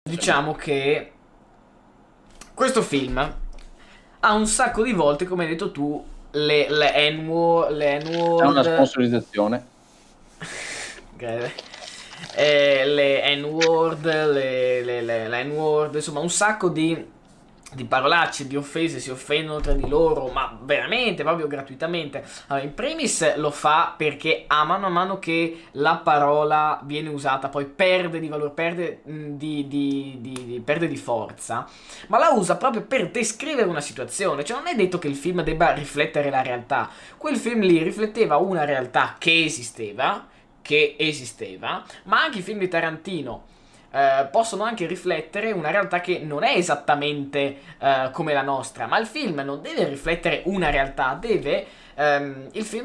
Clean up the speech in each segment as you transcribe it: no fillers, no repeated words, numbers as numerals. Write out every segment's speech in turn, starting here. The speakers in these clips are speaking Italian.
Diciamo che questo film ha un sacco di volte, come hai detto tu, le È una N-word, sponsorizzazione. ok, le N-word, la N-word, insomma un sacco di parolacce, di offese, si offendono tra di loro, ma veramente, proprio gratuitamente. Allora, in primis lo fa perché a mano che la parola viene usata, poi perde di valore, perde perde di forza, ma la usa proprio per descrivere una situazione. Cioè non è detto che il film debba riflettere la realtà. Quel film lì rifletteva una realtà che esisteva, ma anche i film di Tarantino possono anche riflettere una realtà che non è esattamente come la nostra, ma il film non deve riflettere una realtà, il film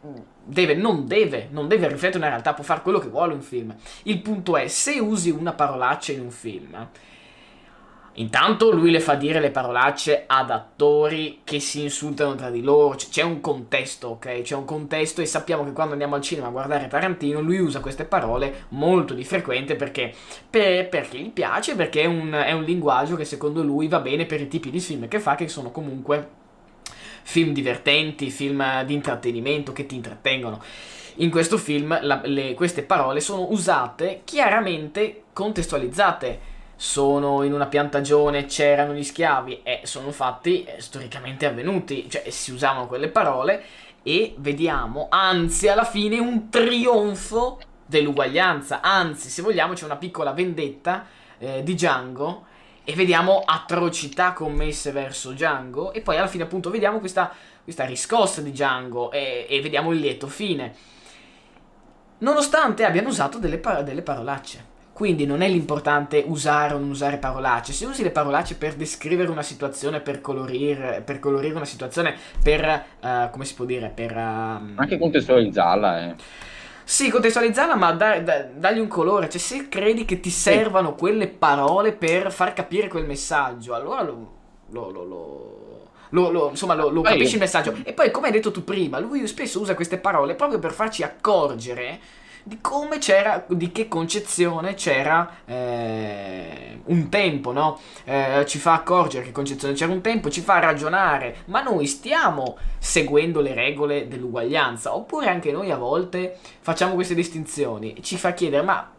non deve riflettere una realtà, può fare quello che vuole un film. Il punto è, se usi una parolaccia in un film, intanto lui le fa dire le parolacce ad attori che si insultano tra di loro. C'è un contesto, ok? C'è un contesto e sappiamo che quando andiamo al cinema a guardare Tarantino lui usa queste parole molto di frequente perché gli piace, perché è un linguaggio che secondo lui va bene per i tipi di film che fa, che sono comunque film divertenti, film di intrattenimento che ti intrattengono. In questo film queste parole sono usate chiaramente contestualizzate. Sono in una piantagione, c'erano gli schiavi e sono fatti storicamente avvenuti, cioè si usavano quelle parole e vediamo, anzi alla fine, un trionfo dell'uguaglianza. Anzi, se vogliamo, c'è una piccola vendetta di Django e vediamo atrocità commesse verso Django e poi alla fine appunto vediamo questa riscossa di Django e vediamo il lieto fine, nonostante abbiano usato delle parolacce. Quindi non è l'importante usare o non usare parolacce. Se usi le parolacce per descrivere una situazione, per colorire una situazione, come si può dire, Anche contestualizzarla, eh. sì, contestualizzarla, ma dargli un colore. Cioè, se credi che ti Sì, servano quelle parole per far capire quel messaggio, allora lo, lo- lo- insomma, lo capisci il poi messaggio. E poi, come hai detto tu prima, lui spesso usa queste parole proprio per farci accorgere di come c'era, di che concezione c'era un tempo, no? Ci fa accorgere che concezione c'era un tempo, ci fa ragionare, ma noi stiamo seguendo le regole dell'uguaglianza, oppure anche noi a volte facciamo queste distinzioni, ci fa chiedere, ma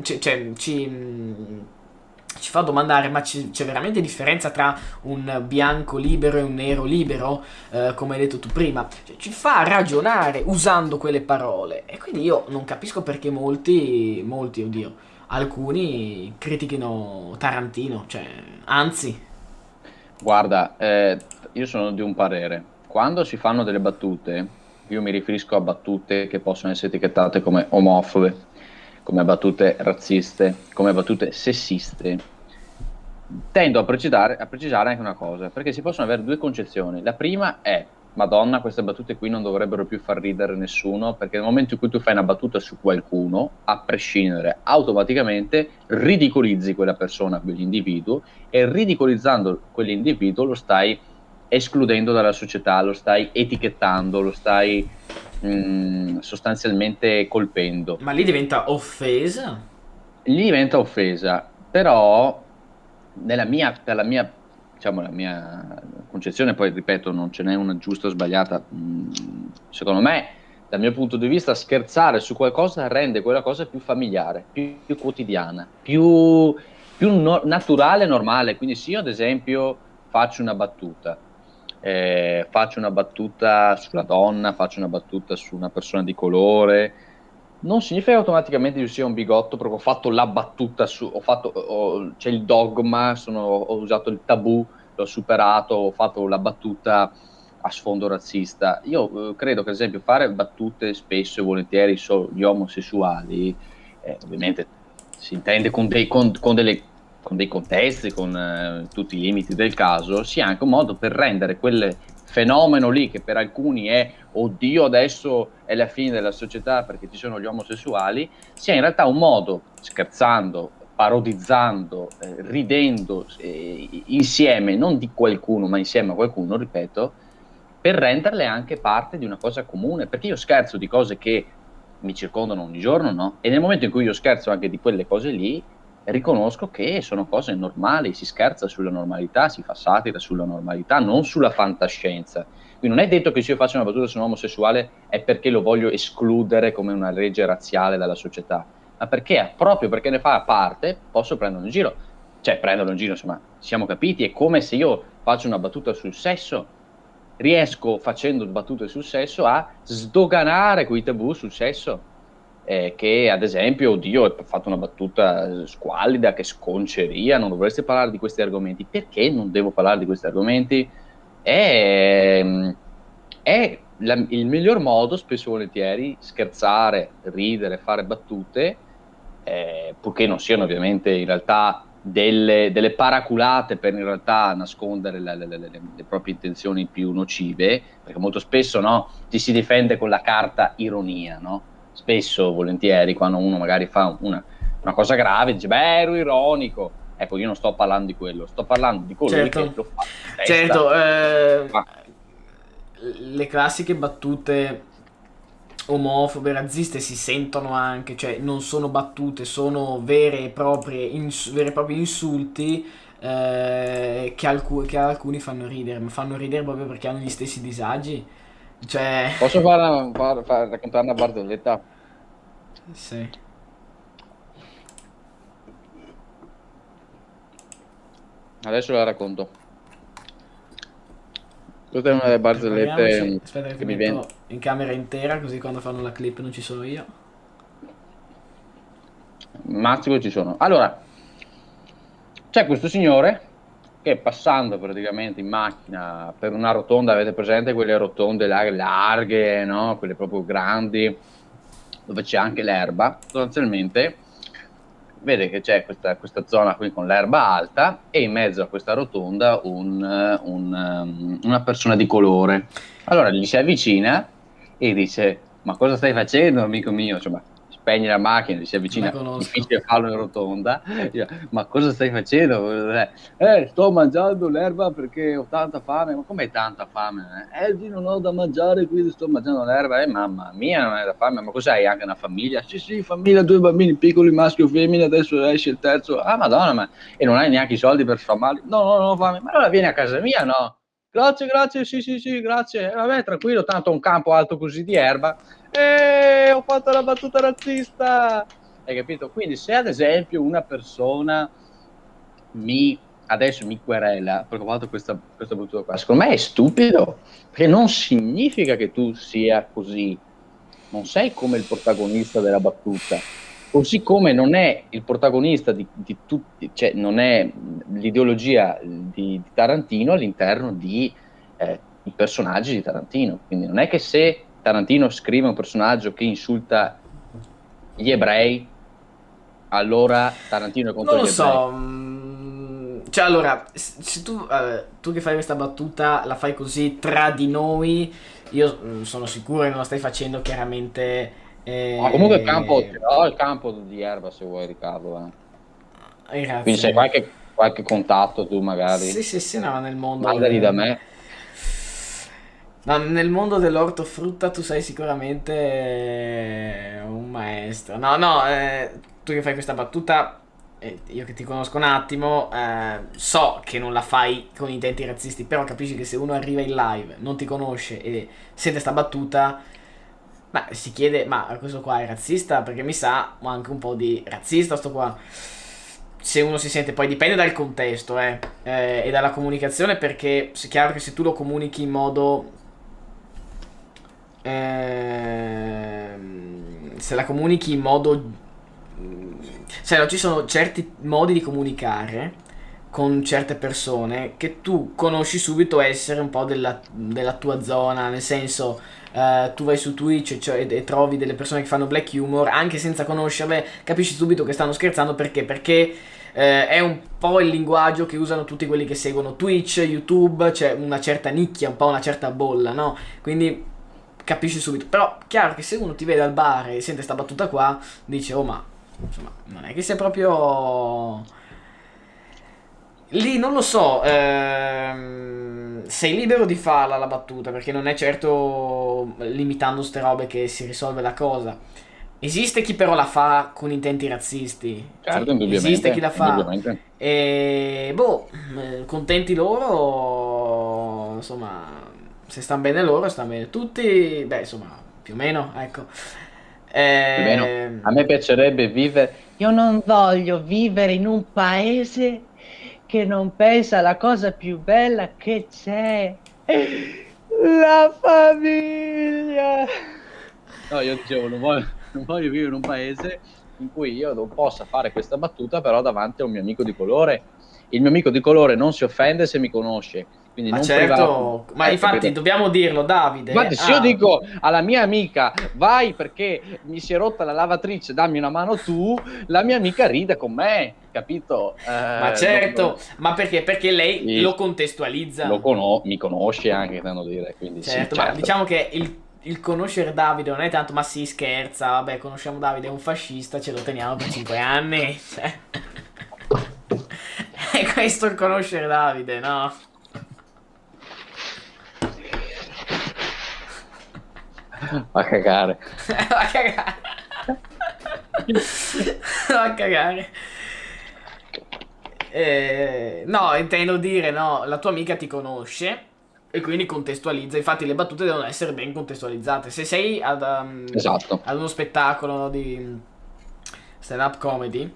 ci fa domandare, ma c'è veramente differenza tra un bianco libero e un nero libero, come hai detto tu prima? Cioè, ci fa ragionare usando quelle parole. E quindi io non capisco perché oddio, alcuni critichino Tarantino, cioè, anzi, guarda, io sono di un parere. Quando si fanno delle battute, io mi riferisco a battute che possono essere etichettate come omofobe, come battute razziste, come battute sessiste. Tendo a precisare anche una cosa, perché si possono avere due concezioni. La prima è, Madonna, queste battute qui non dovrebbero più far ridere nessuno, perché nel momento in cui tu fai una battuta su qualcuno, a prescindere, automaticamente ridicolizzi quella persona, quell'individuo, e ridicolizzando quell'individuo lo stai escludendo dalla società, lo stai etichettando, lo stai sostanzialmente colpendo. ma lì diventa offesa? Gli diventa offesa, però per diciamo, la mia concezione, poi ripeto, non ce n'è una giusta o sbagliata, secondo me, dal mio punto di vista, scherzare su qualcosa rende quella cosa più familiare, più quotidiana, più naturale e normale. Quindi se io, ad esempio, faccio una battuta sulla donna, faccio una battuta su una persona di colore, non significa automaticamente che io sia un bigotto perché ho fatto la battuta c'è il dogma, ho usato il tabù, l'ho superato, ho fatto la battuta a sfondo razzista. Io credo che, ad esempio, fare battute spesso e volentieri sugli omosessuali, ovviamente si intende con dei contesti, con tutti i limiti del caso, sia anche un modo per rendere quel fenomeno lì, che per alcuni è oddio, adesso è la fine della società perché ci sono gli omosessuali, sia in realtà un modo, scherzando, parodizzando, ridendo insieme, non di qualcuno, ma insieme a qualcuno, ripeto, per renderle anche parte di una cosa comune. Perché io scherzo di cose che mi circondano ogni giorno, no? E nel momento in cui io scherzo anche di quelle cose lì, riconosco che sono cose normali, si scherza sulla normalità, si fa satira sulla normalità, non sulla fantascienza. Quindi non è detto che se io faccio una battuta su un omosessuale è perché lo voglio escludere come una legge razziale dalla società, ma perché proprio perché ne fa parte posso prenderlo in giro. Cioè, prenderlo in giro, insomma, siamo capiti, è come se io faccio una battuta sul sesso, riesco facendo battute sul sesso a sdoganare quei tabù sul sesso. Che ad esempio, oddio, ho fatto una battuta squallida, che sconceria, non dovreste parlare di questi argomenti. Perché non devo parlare di questi argomenti? È il miglior modo, spesso e volentieri, scherzare, ridere, fare battute, purché non siano ovviamente in realtà delle paraculate per in realtà nascondere le proprie intenzioni più nocive, perché molto spesso, no, ci si difende con la carta ironia, no? Spesso, volentieri, quando uno magari fa una cosa grave, dice, beh, ero ironico. Ecco, io non sto parlando di quello, sto parlando di colui Certo, che lo fa in testa. certo, Ma le classiche battute omofobe, razziste si sentono anche, cioè non sono battute, sono veri e propri insulti che alcuni fanno ridere, ma fanno ridere proprio perché hanno gli stessi disagi. Cioè, posso raccontare una barzelletta? sì. Adesso la racconto. Questa è una delle Prepariamoci. barzellette Aspetta che ti che mi viene. metto in camera intera, così quando fanno la clip non ci sono io. Massimo ci sono. Allora, c'è questo signore che passando praticamente in macchina per una rotonda, avete presente quelle rotonde larghe, no? Quelle proprio grandi, dove c'è anche l'erba, sostanzialmente vede che c'è questa zona qui con l'erba alta e in mezzo a questa rotonda una persona di colore. Allora gli si avvicina e dice: ma cosa stai facendo, amico mio? Insomma, spegne la macchina, gli si La avvicina, conosco. difficile farlo in rotonda. Dice, ma cosa stai facendo? Sto mangiando l'erba perché ho tanta fame. Ma come tanta fame? Sì, non ho da mangiare, quindi sto mangiando l'erba. Mamma mia, non hai da fame. Ma cos'hai, anche una famiglia? Sì, sì, famiglia, 2 bambini piccoli, maschio e femmina, adesso esce il terzo. Ah, madonna, ma e non hai neanche i soldi per sfamarli? No, no, non ho fame. Ma allora vieni a casa mia, no? Grazie, grazie, sì, sì, sì, grazie. Vabbè, tranquillo, tanto un campo alto così di erba. Ho fatto la battuta razzista. Hai capito? Quindi se ad esempio una persona adesso mi querela perché ho fatto questa battuta qua, secondo me è stupido, perché non significa che tu sia così, non sei come il protagonista della battuta, così come non è il protagonista di tutti, cioè non è l'ideologia di Tarantino all'interno di i personaggi di Tarantino. Quindi non è che se Tarantino scrive un personaggio che insulta gli ebrei, allora Tarantino è contro Non lo gli ebrei. so. Cioè, allora, se tu che fai questa battuta la fai così tra di noi, io sono sicuro che non la stai facendo chiaramente. Ma comunque ce l'ho il campo di erba se vuoi, Riccardo. Quindi se hai Grazie. qualche contatto tu magari, Sì, sì, sì, no, nel mondo. mandali da me. No, nel mondo dell'ortofrutta tu sei sicuramente un maestro. No, no, tu che fai questa battuta, io che ti conosco un attimo, so che non la fai con intenti razzisti, però capisci che se uno arriva in live, non ti conosce e sente sta battuta, ma si chiede, ma questo qua è razzista? Perché mi sa, ma anche un po' di razzista sto qua. Se uno si sente, poi dipende dal contesto, e dalla comunicazione, perché è chiaro che se tu lo comunichi in modo se la comunichi in modo sai, no, ci sono certi modi di comunicare con certe persone che tu conosci subito essere un po' della tua zona, nel senso tu vai su Twitch, cioè, e trovi delle persone che fanno black humor, anche senza conoscerle, capisci subito che stanno scherzando perché è un po' il linguaggio che usano tutti quelli che seguono Twitch, YouTube, c'è una certa nicchia, un po' una certa bolla, no? Quindi capisci subito. Però chiaro che se uno ti vede al bar e sente sta battuta qua, dice, oh ma insomma, non è che sia proprio lì, non lo so, sei libero di farla la battuta, perché non è certo limitando ste robe che si risolve la cosa. Esiste chi però la fa con intenti razzisti. Certo, Sì, esiste chi indubbiamente, la fa. indubbiamente. E boh, contenti loro, insomma, se stanno bene loro, stanno bene tutti, beh, insomma, più o meno, ecco. Almeno Eh, a me piacerebbe vivere. Io non voglio vivere in un paese che non pensa alla cosa più bella che c'è, la famiglia. No, io dicevo, non voglio vivere in un paese in cui io non possa fare questa battuta, però davanti a un mio amico di colore. Il mio amico di colore non si offende se mi conosce, quindi ma non privato. certo, ma infatti Capito? dobbiamo dirlo, Davide. Infatti, se io Ah, dico alla mia amica vai perché mi si è rotta la lavatrice, dammi una mano tu, la mia amica ride con me, capito? ma certo, ma perché? Perché lei Sì, lo contestualizza. mi conosce anche, devo dire, quindi sì, Certo, ma certo. diciamo che il conoscere Davide non è tanto, ma si scherza, vabbè, conosciamo Davide, è un fascista, ce lo teniamo per 5 anni. Cioè. È questo il conoscere Davide, no? Va a cagare. Va a cagare. Va a cagare. No, intendo dire, no, la tua amica ti conosce e quindi contestualizza. Infatti le battute devono essere ben contestualizzate. Se sei Esatto. ad uno spettacolo di stand-up comedy,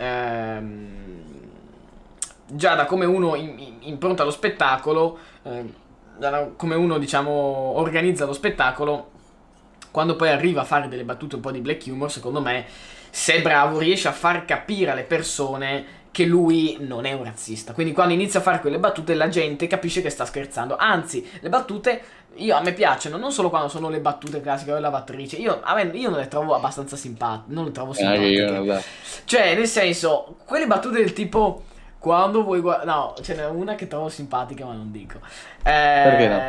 già da come uno impronta lo spettacolo, come uno, diciamo, organizza lo spettacolo, quando poi arriva a fare delle battute un po' di black humor, secondo me, se è bravo, riesce a far capire alle persone che lui non è un razzista. Quindi quando inizia a fare quelle battute la gente capisce che sta scherzando. Anzi, le battute a me piacciono, non solo quando sono le battute classiche o lavatrice. Io non le trovo abbastanza simpatiche, non le trovo Anche io, simpatiche. vabbè. Cioè, nel senso, quelle battute del tipo quando vuoi guardare, no, ce n'è una che trovo simpatica, ma non dico. Perché no?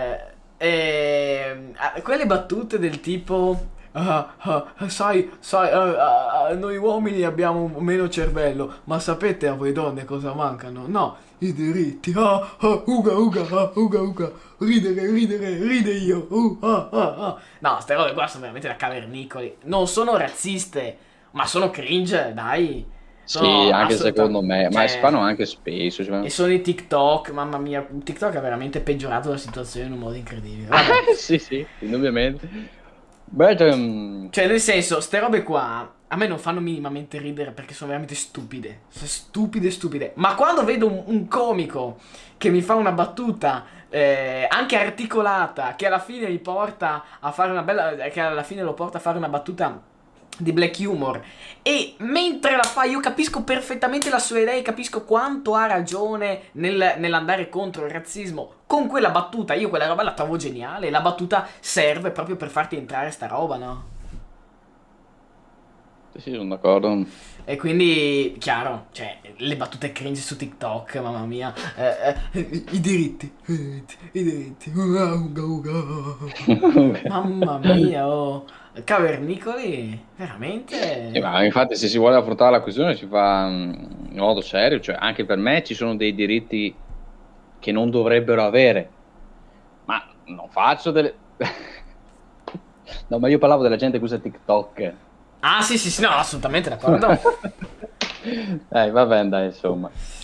Quelle battute del tipo sai, noi uomini abbiamo meno cervello, ma sapete a voi donne cosa mancano? No, i diritti. Uga, uga, uga, uga. Ride io. No, ste robe qua sono veramente da cavernicoli. Non sono razziste, ma sono cringe, dai. Sì, Sono anche assolutamente. secondo me, ma si Cioè, fanno anche spesso. Cioè. e sono i TikTok, mamma mia, TikTok ha veramente peggiorato la situazione in un modo incredibile. Vabbè. Sì, sì, indubbiamente. Beh, Cioè, nel senso, ste robe qua a me non fanno minimamente ridere perché sono veramente stupide. Sono stupide, stupide. Ma quando vedo un comico che mi fa una battuta anche articolata, che alla fine mi porta a fare una bella. Che alla fine lo porta a fare una battuta di black humor. E mentre la fa, io capisco perfettamente la sua idea e capisco quanto ha ragione nell'andare contro il razzismo. Con quella battuta, io quella roba la trovo geniale. La battuta serve proprio per farti entrare sta roba, no? sì, sono d'accordo. E quindi, chiaro, cioè, le battute cringe su TikTok, mamma mia. I diritti, i diritti. Uga, uga, uga. Mamma mia, oh. Cavernicoli, veramente. Ma infatti, se si vuole affrontare la questione, si fa in modo serio. Cioè, anche per me ci sono dei diritti che non dovrebbero avere. Ma non faccio delle. No, ma io parlavo della gente che usa TikTok. Ah, sì, sì, sì, no, assolutamente d'accordo. Vabbè, dai, insomma.